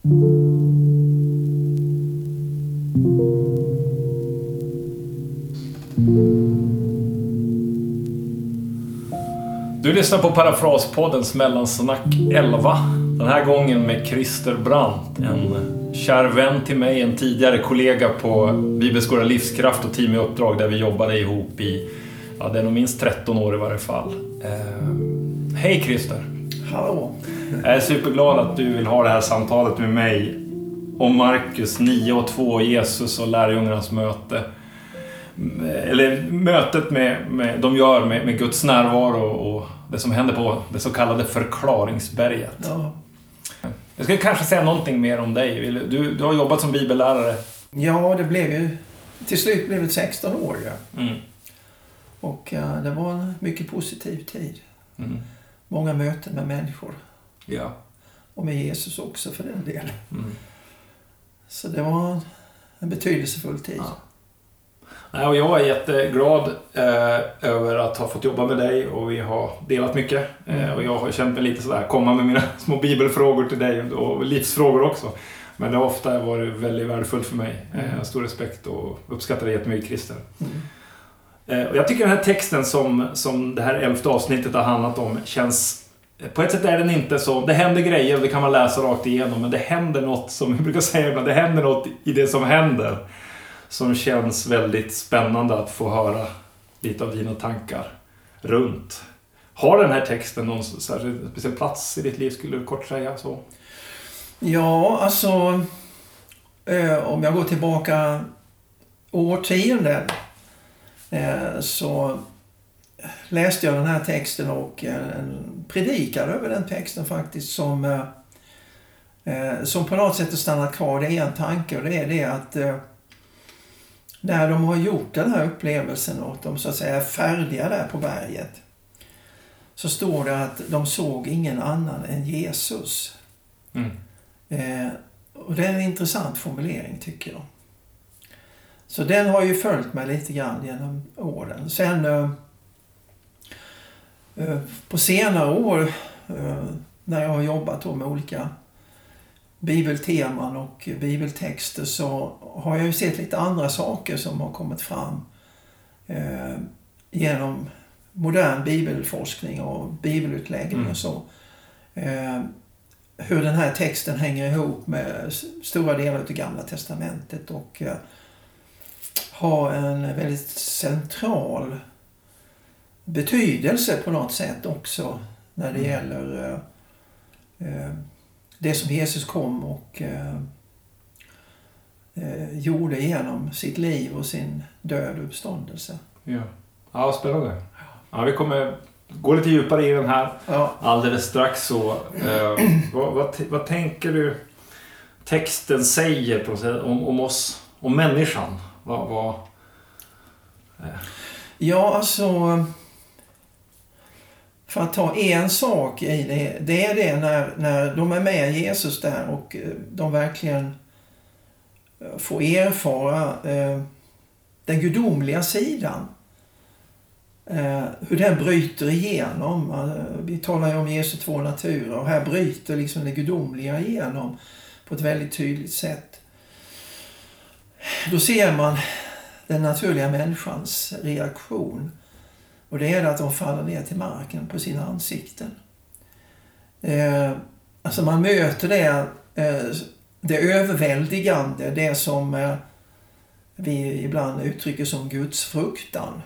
Du lyssnar på Parafraspoddens Mellansnack 11. Den här gången med Christer Brandt, en kär vän till mig, en tidigare kollega på Bibelskola Livskraft och Team i uppdrag där vi jobbade ihop i, ja, det är nog minst 13 år i varje fall. Hej Christer. Hallå. Jag är superglad att du vill ha det här samtalet med mig om Markus 9:2, Jesus och lärjungarnas möte. Eller mötet med de gör med Guds närvaro och det som händer på det så kallade förklaringsberget. Ja. Jag ska kanske säga någonting mer om dig. Du har jobbat som bibellärare. Ja, det blev ju till slut blev det 16 år. Ja. Mm. Och det var en mycket positiv tid. Mm. Många möten med människor. Ja. Och med Jesus också för den delen. Mm. Så det var en betydelsefull tid. Ja. Nej, och jag är jätteglad över att ha fått jobba med dig och vi har delat mycket. Och jag har känt mig lite sådär, komma med mina små bibelfrågor till dig och livsfrågor också. Men det har ofta varit väldigt värdefullt för mig. Jag har stor respekt och uppskattar det jättemycket, Christer. Och jag tycker den här texten som det här 11:e avsnittet har handlat om känns... På ett sätt är den inte så... Det händer grejer och det kan man läsa rakt igenom. Men det händer något, som jag brukar säga ibland, det händer något i det som händer. Som känns väldigt spännande att få höra lite av dina tankar runt. Har den här texten någon särskild speciell plats i ditt liv, skulle du kort säga så? Ja, alltså om jag går tillbaka årtionden så läste jag den här texten och predikade över den texten faktiskt som på något sätt har stannat kvar. Det är en tanke och det är det att när de har gjort den här upplevelsen och de så att säga är färdiga där på berget så står det att de såg ingen annan än Jesus. Och det är en intressant formulering tycker jag. Så den har ju följt mig lite grann genom åren. Sen på senare år när jag har jobbat då med olika bibelteman och bibeltexter så har jag ju sett lite andra saker som har kommit fram genom modern bibelforskning och bibelutläggning och så. Hur den här texten hänger ihop med stora delar av Gamla testamentet och har en väldigt central betydelse på något sätt också när det gäller det som Jesus kom och gjorde genom sitt liv och sin död och uppståndelse. Ja, spännande. Ja, vi kommer gå lite djupare i den här alldeles strax. Så, vad tänker du texten säger på sig om oss, om människan? Ja, alltså... För att ta en sak i det är det när de är med Jesus där och de verkligen får erfara den gudomliga sidan. Hur den bryter igenom. Vi talar ju om Jesu 2 naturer och här bryter liksom det gudomliga igenom på ett väldigt tydligt sätt. Då ser man den naturliga människans reaktion. Och det är att de faller ner till marken på sina ansikten. Alltså man möter det överväldigande, det som vi ibland uttrycker som Guds fruktan.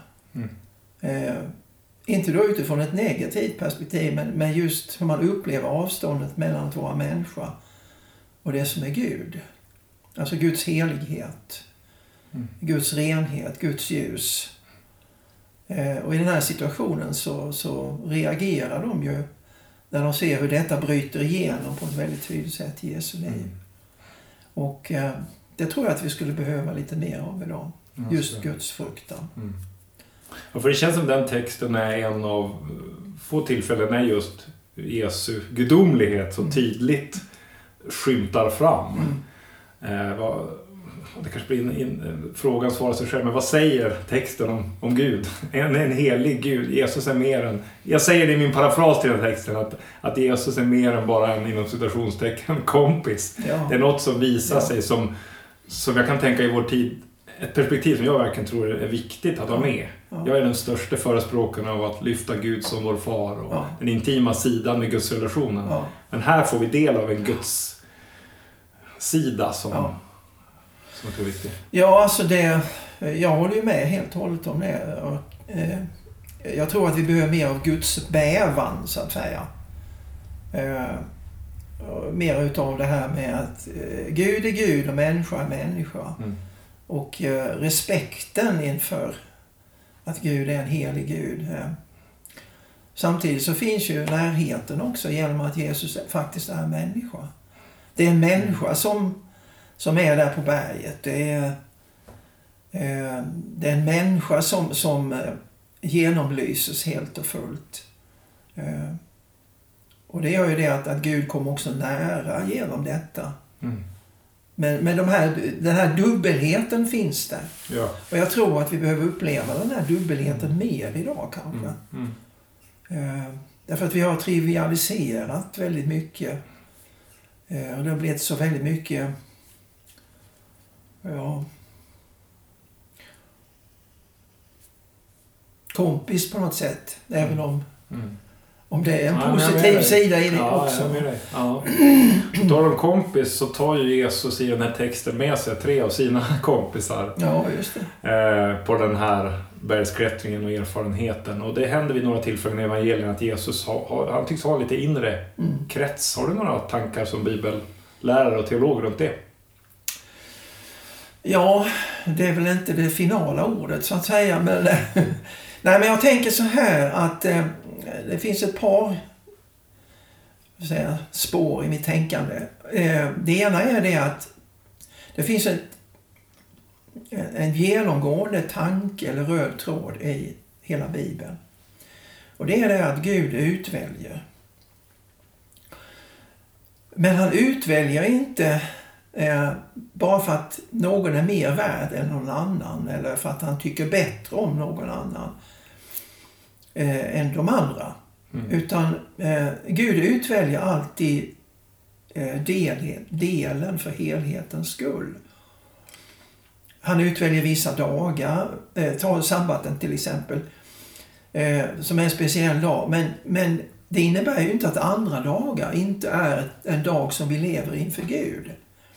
Inte då utifrån ett negativt perspektiv, men just hur man upplever avståndet mellan att vara människa och det som är Gud. Alltså Guds helighet, Guds renhet, Guds ljus. Och i den här situationen så reagerar de ju när de ser hur detta bryter igenom på ett väldigt tydligt sätt i Jesu liv. Och det tror jag att vi skulle behöva lite mer av idag. Just Guds fruktan. Ja, för det känns som den texten är en av få tillfällen när just Jesu gudomlighet så tydligt skymtar fram. det kanske blir frågan svarar sig själv, men vad säger texten om Gud? En helig Gud. Jesus är mer än... Jag säger det i min parafras till den texten, att Jesus är mer än bara en, inom citationstecken, kompis. Ja. Det är något som visar sig som jag kan tänka i vår tid, ett perspektiv som jag verkligen tror är viktigt att ha med. Ja. Jag är den största förespråkaren av att lyfta Gud som vår far och den intima sidan med Guds relationen. Ja. Men här får vi del av en Guds sida som jag tror är viktig. Ja, alltså jag håller ju med helt och hållet om det. Jag tror att vi behöver mer av Guds bävan, så att säga. Mer utav det här med att Gud är Gud och människa är människa. Mm. Och respekten inför att Gud är en helig Gud. Samtidigt så finns ju närheten också genom att Jesus faktiskt är människa. Det är en människa som är där på berget. Det är en människa som genomlyses helt och fullt. Och det gör ju det att Gud kommer också nära genom detta. Mm. Men den här dubbelheten finns där. Ja. Och jag tror att vi behöver uppleva den här dubbelheten mer idag kanske. Därför att vi har trivialiserat väldigt mycket. Och det har blivit så väldigt mycket kompis på något sätt. Även om det är en positiv sida i det också. Ja. Då de kompis så tar ju Jesus i den här texten med sig 3 av sina kompisar. Ja, just det. På den här bergsklättringen och erfarenheten. Och det händer vid några tillfällen i evangelien att Jesus han tycks ha lite inre krets. Har du några tankar som bibellärare och teologer runt det? Ja, det är väl inte det finala ordet så att säga. Men, nej, men jag tänker så här att det finns ett par spår i mitt tänkande. Det ena är det att det finns en genomgående tanke eller röd tråd i hela Bibeln. Och det är det att Gud utväljer. Men han utväljer inte bara för att någon är mer värd än någon annan eller för att han tycker bättre om någon annan än de andra. Utan Gud utväljer alltid delen för helhetens skull. Han utväljer vissa dagar, ta sabbaten till exempel, som är en speciell dag. Men det innebär ju inte att andra dagar inte är en dag som vi lever inför Gud.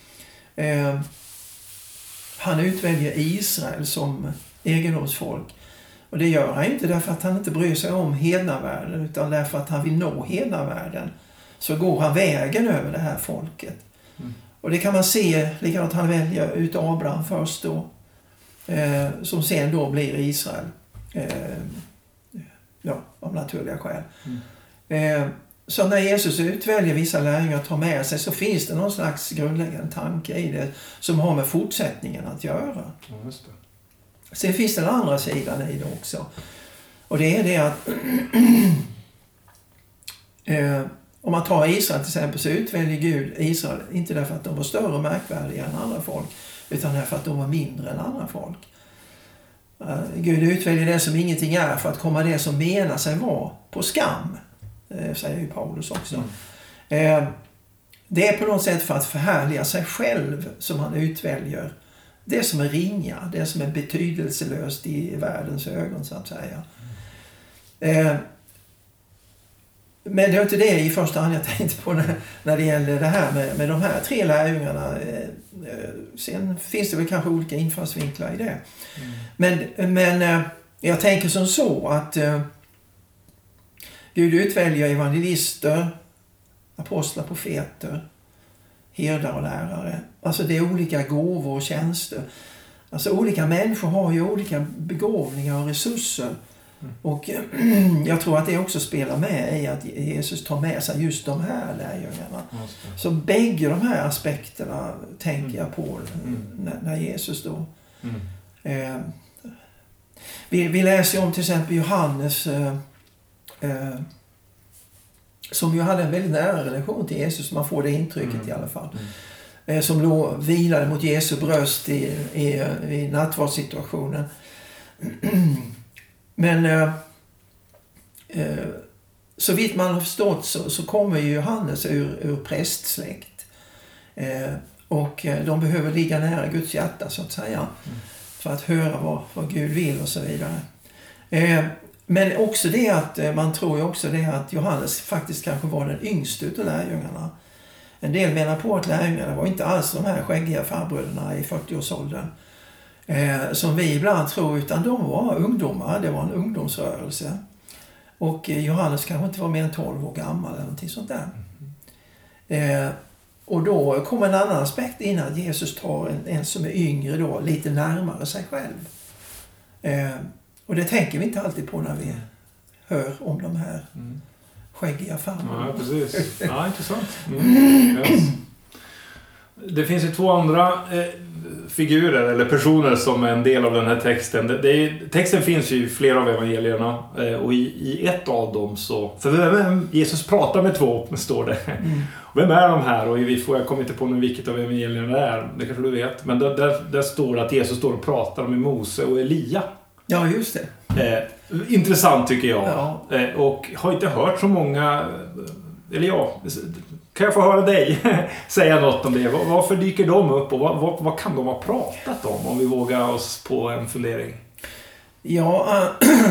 Han utväljer Israel som egendomsfolk. Och det gör han inte därför att han inte bryr sig om hednavärlden utan därför att han vill nå hednavärlden. Så går han vägen över det här folket. Och det kan man se, likadant han väljer ut Abraham först då. Som sen då blir Israel. Av naturliga skäl. Så när Jesus utväljer vissa lärjungar att ta med sig så finns det någon slags grundläggande tanke i det som har med fortsättningen att göra. Ja, just det. Sen finns den andra sidan i det också. Och det är det att om man tar Israel till exempel så utväljer Gud Israel inte därför att de var större och märkvärdiga än andra folk utan därför att de var mindre än andra folk. Gud utväljer det som ingenting är för att komma det som menar sig vara på skam. Säger ju Paulus också. Det är på något sätt för att förhärliga sig själv som han utväljer det som är ringa, det som är betydelselöst i världens ögon så att säga. Men det är inte det i första hand jag tänkte på när det gäller det här med de här 3 lärjungarna. Sen finns det väl kanske olika infallsvinklar i det. Men jag tänker som så att Gud utväljer evangelister, apostlar, profeter, herdar och lärare. Alltså det är olika gåvor och tjänster. Alltså olika människor har ju olika begåvningar och resurser. Och jag tror att det också spelar med i att Jesus tar med sig just de här lärjungarna. Så bägge de här aspekterna tänker jag på när Jesus då... Vi läser om till exempel Johannes som ju hade en väldigt nära relation till Jesus. Man får det intrycket i alla fall. som vilade mot Jesu bröst i nattvardssituationen. Men så vitt man har förstått så kommer ju Johannes ur prästsläkt. Och de behöver ligga nära Guds hjärta så att säga. För att höra vad Gud vill och så vidare. Men också det att man tror ju också det att Johannes faktiskt kanske var den yngste utav lärjungarna. En del menar på att lärjungarna var inte alls de här skäggiga farbröderna i 40-årsåldern. Som vi ibland tror, utan de var ungdomar. Det var en ungdomsrörelse. Och Johannes kanske inte var mer än 12 år gammal eller någonting sånt där. Och då kommer en annan aspekt in att Jesus tar en som är yngre då lite närmare sig själv. Och det tänker vi inte alltid på när vi hör om de här skäggiga farbröderna. Ja, precis. Ja, intressant. Yes. Det finns ju 2 andra figurer eller personer som är en del av den här texten. Texten finns ju i flera av evangelierna och i ett av dem så... För Jesus pratar med 2, står det. Vem är de här? Och jag kommer inte på vilket av evangelierna det är. Det kanske du vet. Men där står det att Jesus står och pratar med Mose och Elia. Ja, just det. Intressant tycker jag. Ja. Och har inte hört så många... Eller kan jag få höra dig säga något om det? Varför dyker de upp och vad kan de ha pratat om vi vågar oss på en fundering? Ja,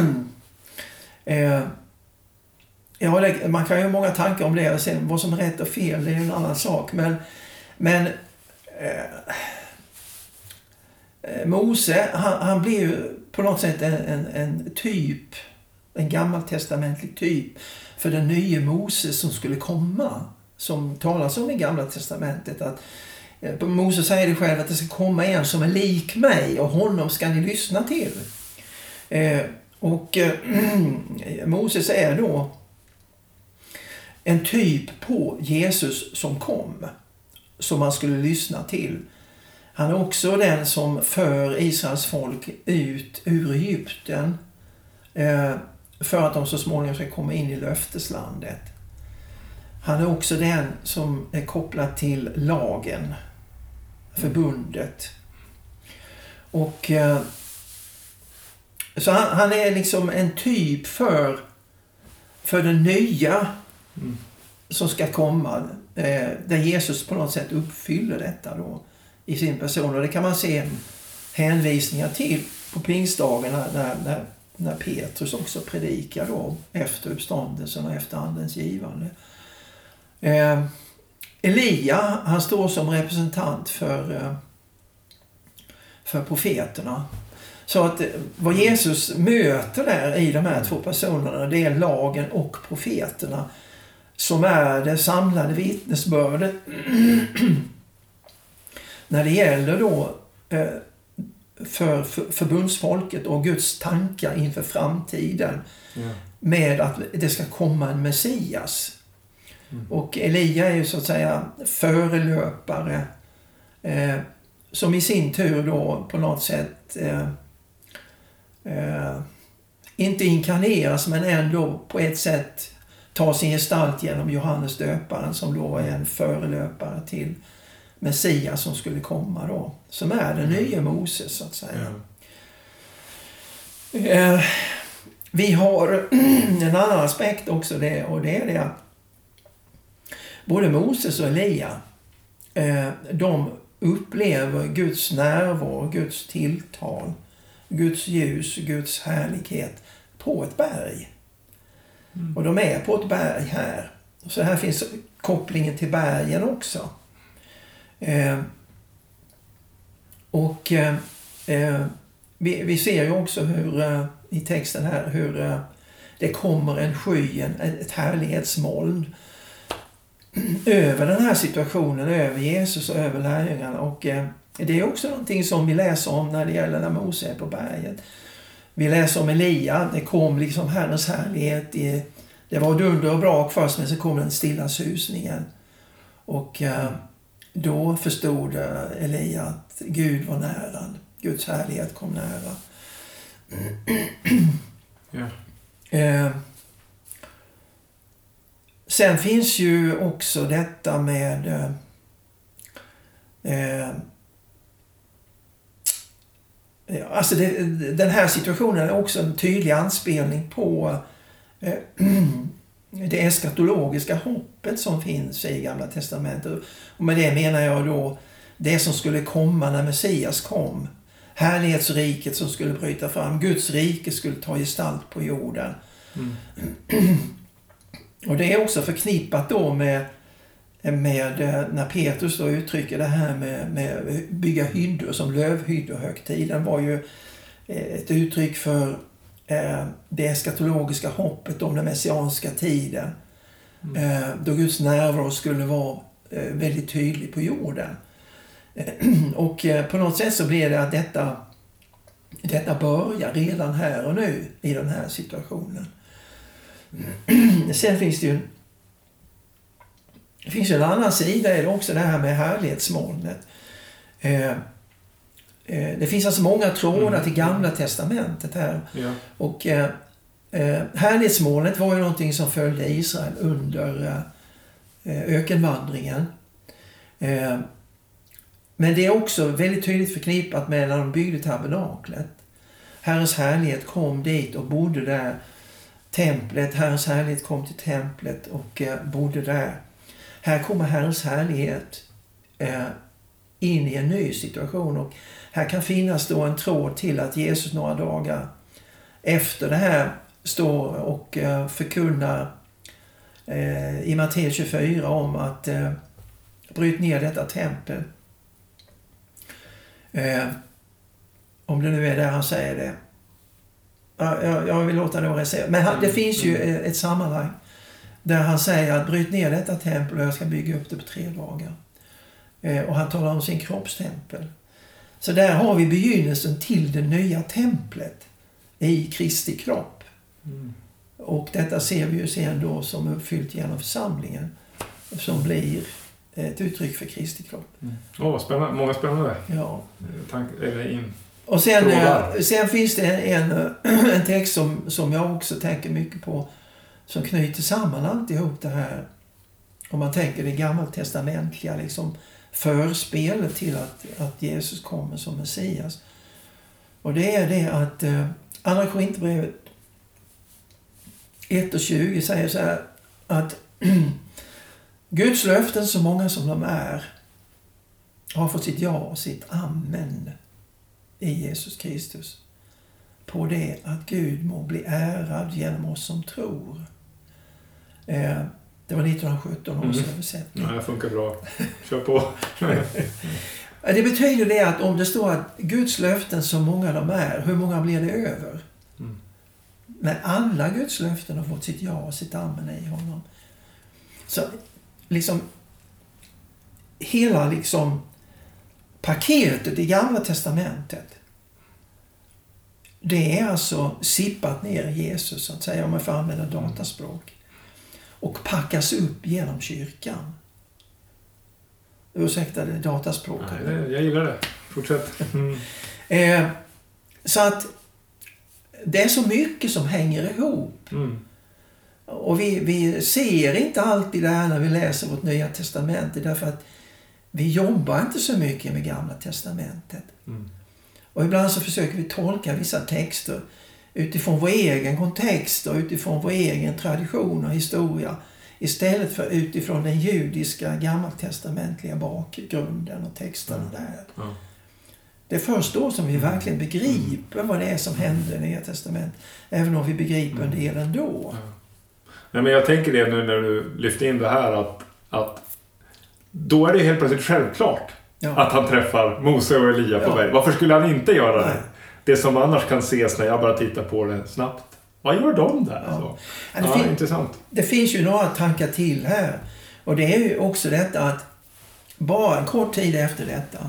man kan ju ha många tankar om det och sen vad som är rätt och fel, det är en annan sak. Men Mose, han blir ju på något sätt en typ, en gammaltestamentlig typ för den nya Mose som skulle komma, som talas om i Gamla testamentet. Att Mose säger det själv att det ska komma en som är lik mig och honom ska ni lyssna till. Moses är då en typ på Jesus som kom, som man skulle lyssna till. Han är också den som för Israels folk ut ur Egypten för att de så småningom ska komma in i löfteslandet. Han är också den som är kopplad till lagen, förbundet. Och så han är liksom en typ för den nya som ska komma, där Jesus på något sätt uppfyller detta då i sin person. Och det kan man se hänvisningar till på pingstdagen när Petrus också predikar då efter uppståndelsen och efter andens givande. Elia, han står som representant för profeterna. Så att vad Jesus möter där i de här 2 personerna, det är lagen och profeterna som är det samlade vittnesbördet när det gäller då för förbundsfolket och Guds tankar inför framtiden med att det ska komma en Messias. Och Elia är ju så att säga förelöpare som i sin tur då på något sätt inte inkarneras men ändå på ett sätt tar sin gestalt genom Johannes döparen som då är en förelöpare till Messias som skulle komma då. Som är den nya Moses så att säga. Vi har en annan aspekt också det, och det är det att både Moses och Elia de upplever Guds närvaro, Guds tilltal, Guds ljus, Guds härlighet på ett berg. Och de är på ett berg här. Så här finns kopplingen till bergen också. Vi ser ju också hur i texten här hur det kommer en sky, ett härlighetsmoln över den här situationen, över Jesus och över lärjungarna. Och det är också någonting som vi läser om när det gäller när Mose är på berget. Vi läser om Elia, det kom liksom Herrens härlighet. Det var dunder och brak först, men så kom den stilla susningen. Och då förstod Elia att Gud var nära. Guds härlighet kom nära. Sen finns ju också detta med Alltså den här situationen är också en tydlig anspelning på det eskatologiska hoppet som finns i Gamla testamentet. Och med det menar jag då det som skulle komma när Messias kom. Härlighetsriket som skulle bryta fram. Guds rike skulle ta gestalt på jorden. Och det är också förknippat då med när Petrus då uttrycker det här med bygga hyddor som lövhyddohögtiden var ju ett uttryck för det eskatologiska hoppet om den messianska tiden. Då Guds närvaro skulle vara väldigt tydlig på jorden. Och på något sätt så blir det att detta börjar redan här och nu i den här situationen. Sen finns det ju en annan sida, är det också det här med härlighetsmolnet. Det finns alltså många trådar till Gamla testamentet här. Ja. Och härlighetsmolnet var ju någonting som följde Israel under ökenvandringen. Men det är också väldigt tydligt förknippat med när de byggde tabernaklet. Herrens härlighet kom dit och bodde där. Templet, Herrens härlighet kom till templet och bodde där. Här kommer Herrens härlighet in i en ny situation, och här kan finnas då en tråd till att Jesus några dagar efter det här står och förkunnar i Matteus 24 om att bryt ner detta tempel. Om det nu är där han säger det. Jag vill låta det säga. Men det finns ju ett sammanhang där han säger att bryt ner detta tempel och jag ska bygga upp det på 3 dagar. Och han talar om sin kroppstempel. Så där har vi begynnelsen till det nya templet i Kristi kropp. Och detta ser vi ju sen då som uppfyllt genom församlingen, som blir ett uttryck för Kristi kropp. Vad spännande. Många spännande. Ja. Och sen finns det en text som jag också tänker mycket på, som knyter samman alltihop det här. Om man tänker det gammaltestamentliga liksom förspelet till att Jesus kommer som Messias. Och det är det att Andra Korintierbrevet 1:20 säger så här att Guds löften, så många som de är, har fått sitt ja och sitt amen i Jesus Kristus. På det att Gud må bli ärad genom oss som tror. Det var 1917 års översättning. Ja, det funkar bra. Kör på. Det betyder det att om det står att Guds löften, så många de är, hur många blir det över? Men alla Guds löften har fått sitt ja och sitt amen i honom. Så liksom hela liksom paketet i Gamla testamentet, det är alltså sippat ner i Jesus, så att säga, om man får använda dataspråk, och packas upp genom kyrkan. Ursäkta det dataspråket. Nej, jag gillar det. Fortsätt. Så att det är så mycket som hänger ihop. Och vi ser inte alltid det här när vi läser vårt Nya testamente, därför att vi jobbar inte så mycket med Gamla testamentet. Och ibland så försöker vi tolka vissa texter utifrån vår egen kontext och utifrån vår egen tradition och historia, istället för utifrån den judiska gammaltestamentliga bakgrunden och texterna där. Det är först då som vi verkligen begriper vad det är som händer i Nya testamentet, även om vi begriper en del ändå. Nej, men jag tänker det nu när du lyfter in det här, att då är det helt plötsligt självklart att han träffar Mose och Elia på väg. Varför skulle han inte göra det? Det som annars kan ses när jag bara tittar på det snabbt. Vad gör de där? Intressant. Det finns ju några tankar till här. Och det är ju också detta att bara en kort tid efter detta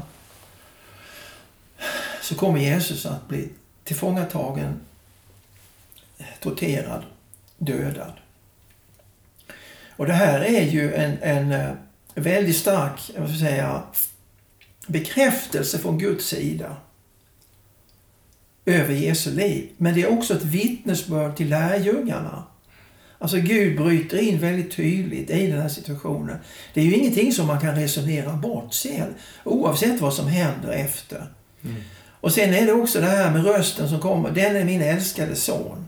så kommer Jesus att bli tillfångatagen, torterad, dödad. Och det här är ju en väldigt stark, jag vill säga, bekräftelse från Guds sida över Jesu liv. Men det är också ett vittnesbörd till lärjungarna Alltså Gud bryter in väldigt tydligt i den här situationen. Det är ju ingenting som man kan resonera bort sen, oavsett vad som händer efter. Och sen är det också det här med rösten som kommer. Den är min älskade son.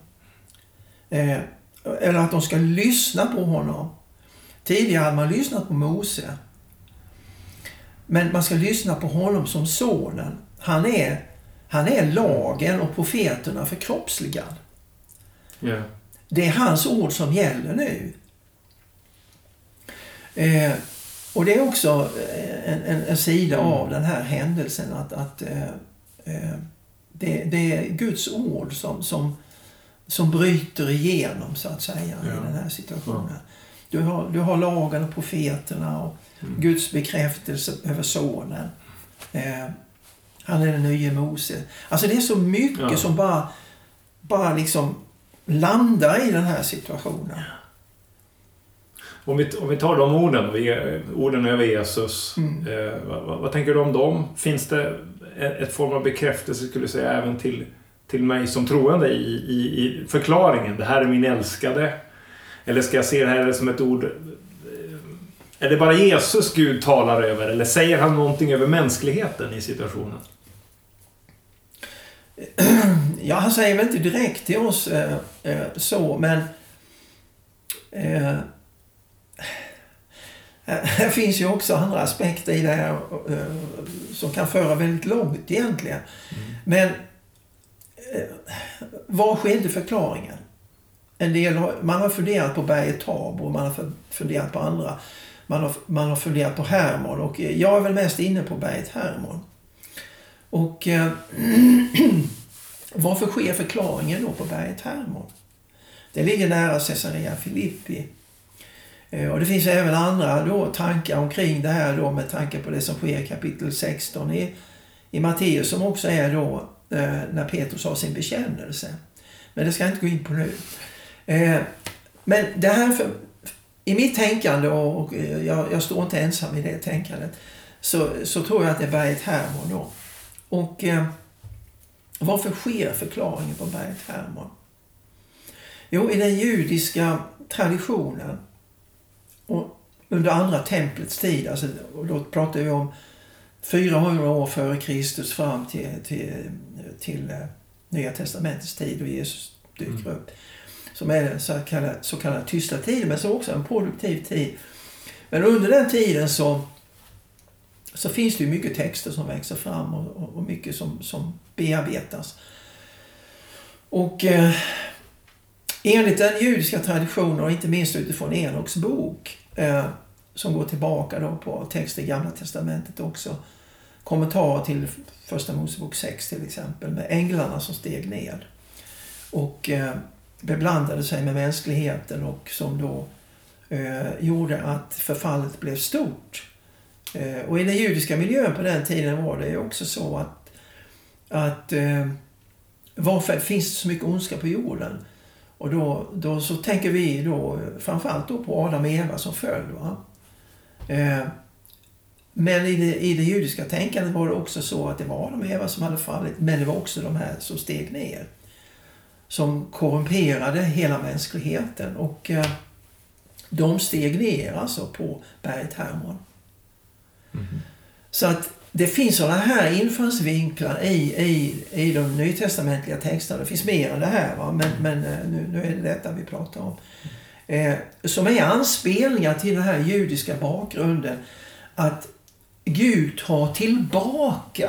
Eller att de ska lyssna på honom. Tidigare hade man lyssnat på Mose. Men man ska lyssna på honom som sonen. Han är lagen och profeterna förkroppsligad. Yeah. Det är hans ord som gäller nu. Och det är också en sida av den här händelsen att det är Guds ord som bryter igenom, så att säga, i den här situationen. Du har lagen och profeterna och Guds bekräftelse över sonen. Han är den nya Mose. Alltså det är så mycket som bara liksom landar i den här situationen. Om vi tar de orden över Jesus, vad tänker du om dem? Finns det ett form av bekräftelse, skulle jag säga, även till mig som troende i förklaringen? Det här är min älskade. Eller ska jag se det här som ett ord? Är det bara Jesus Gud talar över? Eller säger han någonting över mänskligheten i situationen? Ja, han säger väl inte direkt till oss så, men här finns ju också andra aspekter i det här som kan föra väldigt långt egentligen. Men vad skedde förklaringen? Man har funderat på berget Tabor, man har funderat på andra. Man har funderat på Hermon, och jag är väl mest inne på berget Hermon. Och varför sker förklaringen då på berget Hermon? Det ligger nära Caesarea Filippi. Och det finns även andra då tankar omkring det här då, med tanke på det som sker i kapitel 16 i Matteus, som också är då när Petrus har sin bekännelse. Men det ska jag inte gå in på nu. Men det här, i mitt tänkande, och jag står inte ensam i det tänkandet, så tror jag att det är berget Hermon då. Och varför sker förklaringen på berget Hermon? Jo, i den judiska traditionen och under andra templets tid, alltså, och då pratar vi om 400 år före Kristus fram till Nya testamentets tid, och Jesus dyker upp, som är den så kallade tysta tiden, men så också en produktiv tid. Men under den tiden så finns det ju mycket texter som växer fram och mycket som bearbetas. Och enligt den judiska traditionen, och inte minst utifrån Enoks bok, som går tillbaka då på texter i Gamla testamentet också, kommentarer till Första Mosebok 6 till exempel, med änglarna som steg ned och beblandade sig med mänskligheten, och som då gjorde att förfallet blev stort. Och i den judiska miljön på den tiden var det ju också så att varför finns det så mycket ondska på jorden? Och då så tänker vi då framförallt då på Adam och Eva som föll, va? Men i det judiska tänkandet var det också så att det var Adam och Eva som hade fallit, men det var också de här som steg ner, som korrumperade hela mänskligheten, och de steg ner alltså på berget Hermon. Så att det finns sådana här infallsvinklar i de nytestamentliga texterna. Det finns mer än det här, va? Men nu är det detta vi pratar om. Som är anspelningar till den här judiska bakgrunden, att Gud tar tillbaka.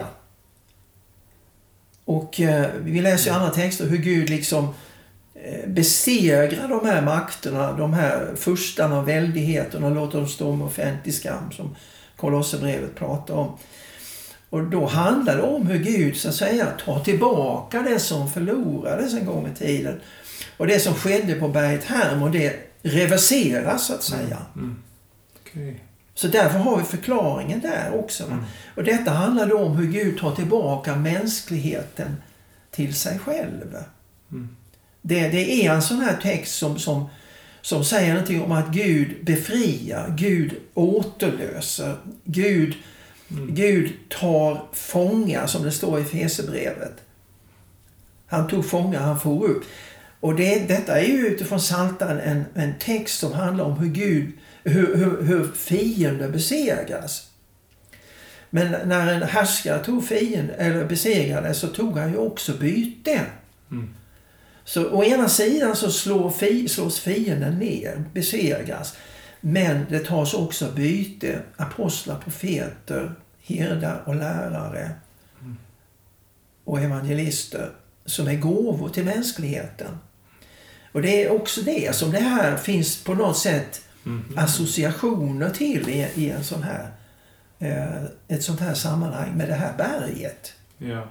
Och vi läser i andra texter hur Gud liksom besegrar de här makterna, de här furstarna och väldigheterna, och låter dem stå med offentlig skam, som Kolosserbrevet pratar om. Och då handlar det om hur Gud, så att säga, tar tillbaka det som förlorades en gång i tiden. Och det som skedde på berget Hermon, det reverseras, så att säga. Okay. Så därför har vi förklaringen där också. Och detta handlar då om hur Gud tar tillbaka mänskligheten till sig själv. Det är en sån här text som säger någonting om att Gud befriar, Gud återlöser, Gud tar fångar, som det står i Efesierbrevet. Han tog fångar, han for upp. Och detta är ju utifrån Psaltaren en text som handlar om hur fiender besegras. Men när en härskare tog besegrade så tog han ju också byte. Så å ena sidan så slås fienden ner, besegras. Men det tas också byte, apostlar, profeter, herdar och lärare och evangelister som är gåvor till mänskligheten. Och det är också det som det här finns på något sätt associationer till i en sån här, ett sånt här sammanhang med det här berget. Ja.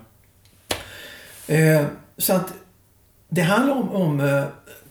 Så att det handlar om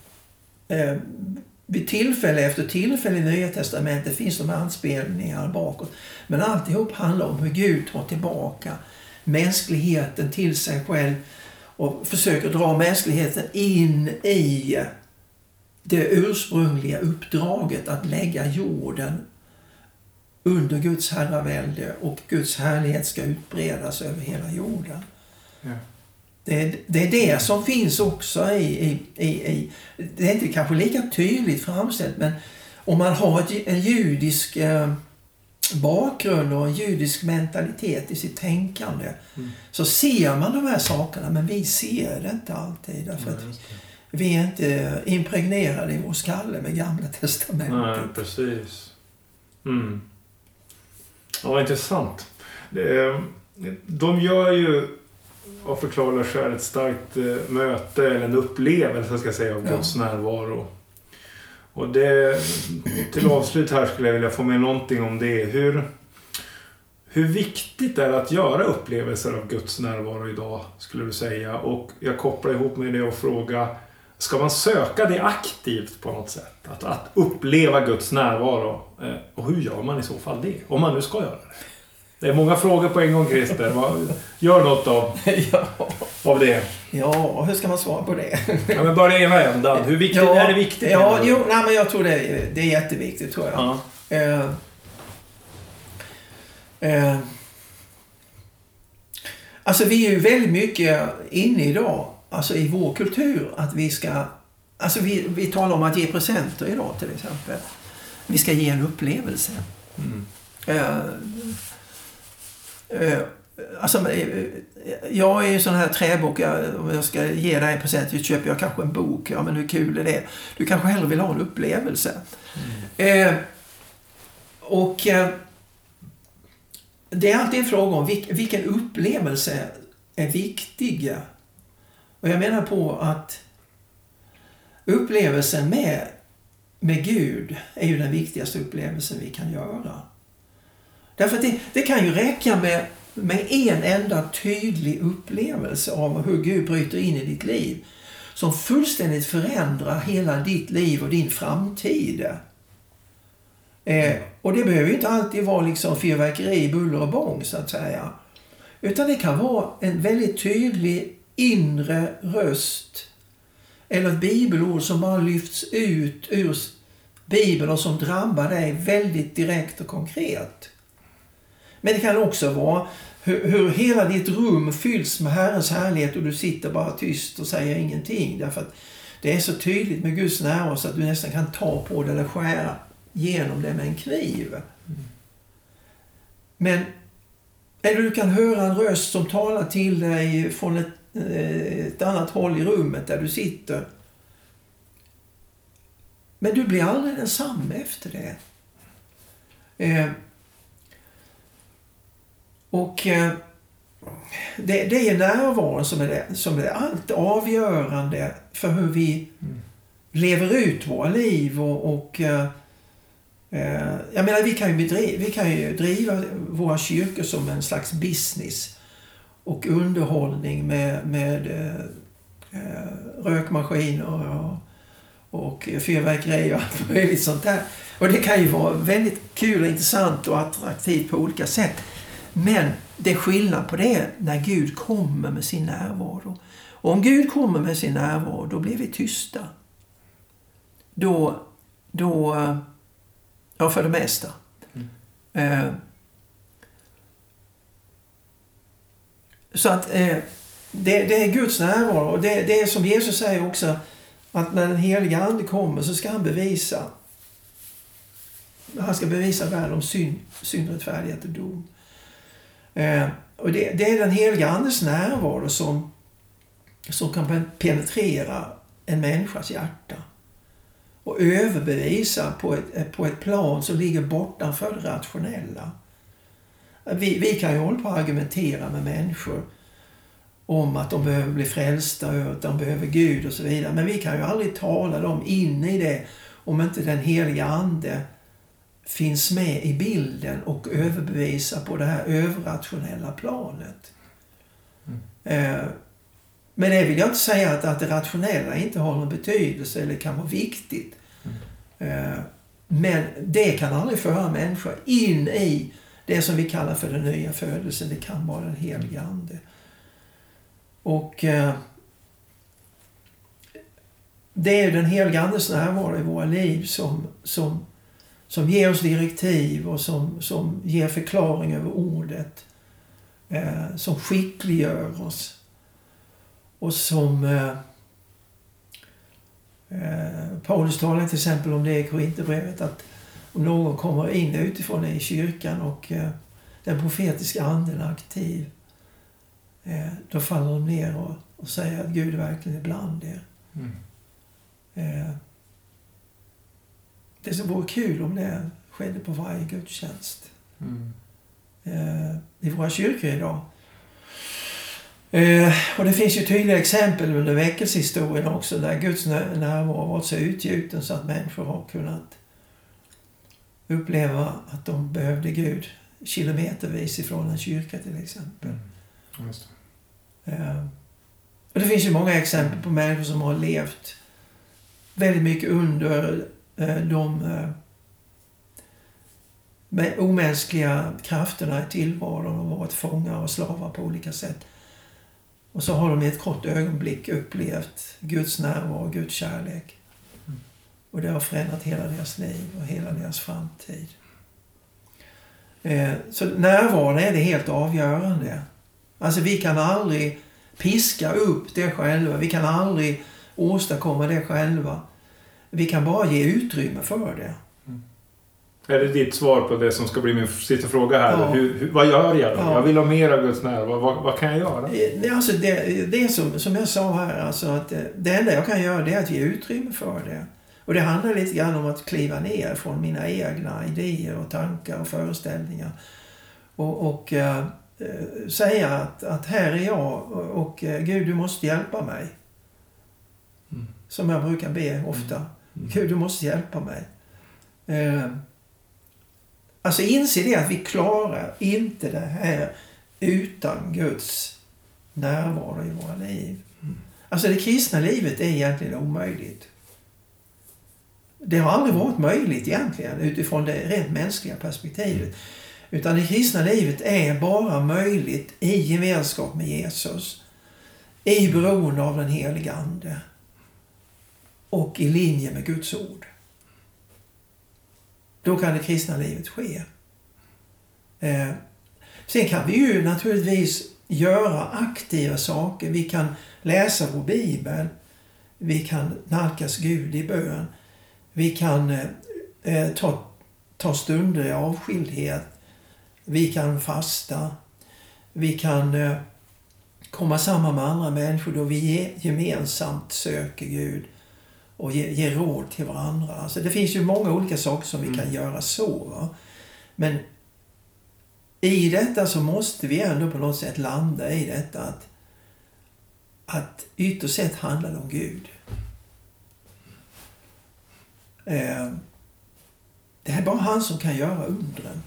vid tillfälle efter tillfälle i Nya testamentet finns de här anspelningarna bakåt. Men alltihop handlar om hur Gud tar tillbaka mänskligheten till sig själv och försöker dra mänskligheten in i det ursprungliga uppdraget att lägga jorden under Guds herravälde och Guds härlighet ska utbredas över hela jorden. Ja. Det är det som finns också i det är inte kanske lika tydligt framställt, men om man har en judisk bakgrund och en judisk mentalitet i sitt tänkande så ser man de här sakerna, men vi ser det inte alltid därför att vi är inte impregnerade i vår skalle med Gamla testamentet. Nej, precis. Ja, intressant. De gör ju och förklarar själv ett starkt möte eller en upplevelse ska jag säga av Guds närvaro. Och det, till avslut här skulle jag vilja få med någonting om det. Hur viktigt är det att göra upplevelser av Guds närvaro idag skulle du säga? Och jag kopplar ihop med det och fråga, ska man söka det aktivt på något sätt? Att uppleva Guds närvaro. Och hur gör man i så fall det? Om man nu ska göra det. Det är många frågor på en gång, Christer. Gör något av det. Ja, hur ska man svara på det? Ja, men börja ena ändan. Hur viktigt är det viktigt? Ja, men jag tror det är jätteviktigt, tror jag. Alltså vi är ju väldigt mycket inne idag, alltså i vår kultur, att vi ska, alltså vi talar om att ge presenter idag till exempel. Vi ska ge en upplevelse. Alltså, jag är ju sån här träbok, om jag ska ge dig en present så köper jag kanske en bok. Ja, men hur kul är det? Du kanske hellre vill ha en upplevelse. Det är alltid en fråga om vilken upplevelse är viktig. Och jag menar på att upplevelsen med Gud är ju den viktigaste upplevelsen vi kan göra. Därför att det kan ju räcka med en enda tydlig upplevelse av hur Gud bryter in i ditt liv som fullständigt förändrar hela ditt liv och din framtid. Och det behöver ju inte alltid vara liksom fyrverkeri, buller och bång så att säga. Utan det kan vara en väldigt tydlig inre röst eller ett bibelord som bara lyfts ut ur Bibeln och som drabbar dig väldigt direkt och konkret. Men det kan också vara hur hela ditt rum fylls med Herrens härlighet och du sitter bara tyst och säger ingenting. Därför att det är så tydligt med Guds närvaro så att du nästan kan ta på det eller skära genom det med en kniv. Men eller du kan höra en röst som talar till dig från ett annat håll i rummet där du sitter. Men du blir aldrig densamma efter det. Det är närvaron som är allt avgörande för hur vi lever ut våra liv jag menar vi kan ju driva våra kyrkor som en slags business och underhållning med rökmaskiner och fyrverkerier och allt möjligt sånt där. Och det kan ju vara väldigt kul och intressant och attraktivt på olika sätt. Men det är skillnad på det när Gud kommer med sin närvaro. Och om Gud kommer med sin närvaro, då blir vi tysta. Då för det mesta. Så att det är Guds närvaro. Och det är som Jesus säger också, att när den heliga ande kommer så ska han ska bevisa världen om synd, rättfärdighet och dom. Och det är den heliga andes närvaro som kan penetrera en människas hjärta och överbevisa på ett plan som ligger bortanför det rationella. Vi kan ju hålla på att argumentera med människor om att de behöver bli frälsta och att de behöver Gud och så vidare. Men vi kan ju aldrig tala dem in i det om inte den heliga ande finns med i bilden och överbevisa på det här överrationella planet. Men det vill jag inte säga att det rationella inte har någon betydelse eller kan vara viktigt. Men det kan aldrig föra människor in i det som vi kallar för den nya födelsen. Det kan vara den heliga ande. Och det är den heliga andes närvaro i våra liv som ger oss direktiv och som ger förklaring över ordet. Som skickliggör oss. Och som Paulus talar till exempel om det i Korinthierbrevet, att om någon kommer in utifrån i kyrkan och den profetiska anden är aktiv, då faller de ner och säger att Gud verkligen är bland er. Det som vore kul om det skedde på varje gudstjänst. I våra kyrkor idag. Och det finns ju tydliga exempel under väckelsehistorien också där Guds närvaro har varit så utgjuten så att människor har kunnat uppleva att de behövde Gud kilometervis ifrån en kyrka till exempel. Just det. Och det finns ju många exempel på människor som har levt väldigt mycket under de omänskliga krafterna i tillvaron och varit fångar och slavar på olika sätt. Och så har de i ett kort ögonblick upplevt Guds närvaro och Guds kärlek. Och det har förändrat hela deras liv och hela deras framtid. Så närvaron är det helt avgörande. Alltså vi kan aldrig piska upp det själva. Vi kan aldrig åstadkomma det själva. Vi kan bara ge utrymme för det. Är det ditt svar på det som ska bli min sista fråga här? Ja. Vad gör jag då? Ja. Jag vill ha mer av Guds närvaro. Vad kan jag göra? Alltså det är som jag sa här. Alltså att det enda jag kan göra det är att ge utrymme för det. Och det handlar lite grann om att kliva ner från mina egna idéer och tankar och föreställningar. Och säga att här är jag och Gud, du måste hjälpa mig. Som jag brukar be ofta. Gud, du måste hjälpa mig. Alltså inse det att vi klarar inte det här utan Guds närvaro i våra liv. Alltså det kristna livet är egentligen omöjligt. Det har aldrig varit möjligt egentligen utifrån det rent mänskliga perspektivet. Utan det kristna livet är bara möjligt i gemenskap med Jesus. I beroende av den heliga ande. Och i linje med Guds ord. Då kan det kristna livet ske. Sen kan vi ju naturligtvis göra aktiva saker. Vi kan läsa vår bibel. Vi kan nalkas Gud i bön. Vi kan ta stunder i avskildhet. Vi kan fasta. Vi kan komma samman med andra människor då vi gemensamt söker Gud. Och ge råd till varandra. Alltså det finns ju många olika saker som vi kan göra så. Va? Men i detta så måste vi ändå på något sätt landa i detta att ytterst sett handlar det om Gud. Det är bara han som kan göra undren.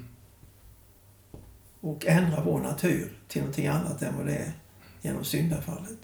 Och ändra vår natur till någonting annat än vad det är genom syndafallet.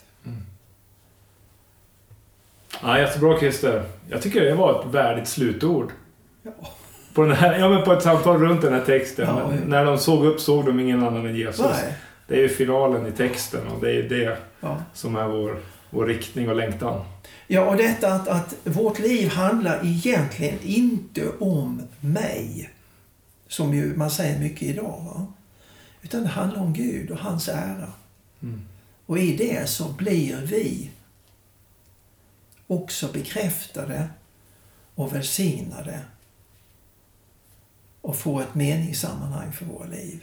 Ja, jättebra Christer. Jag tycker det var ett värdigt slutord. Ja. På den här, men på ett samtal runt den här texten. Ja. När de såg upp såg de ingen annan än Jesus. Nej. Det är ju finalen i texten och det är det som är vår riktning och längtan. Ja, och detta att vårt liv handlar egentligen inte om mig. Som ju man säger mycket idag. Va? Utan det handlar om Gud och hans ära. Och i det så blir vi också bekräfta det och välsigna det och få ett meningssammanhang för våra liv.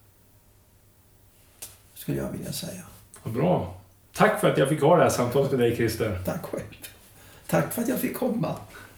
Skulle jag vilja säga. Vad bra. Tack för att jag fick ha det här samtalet med dig, Christer. Tack själv. Tack för att jag fick komma.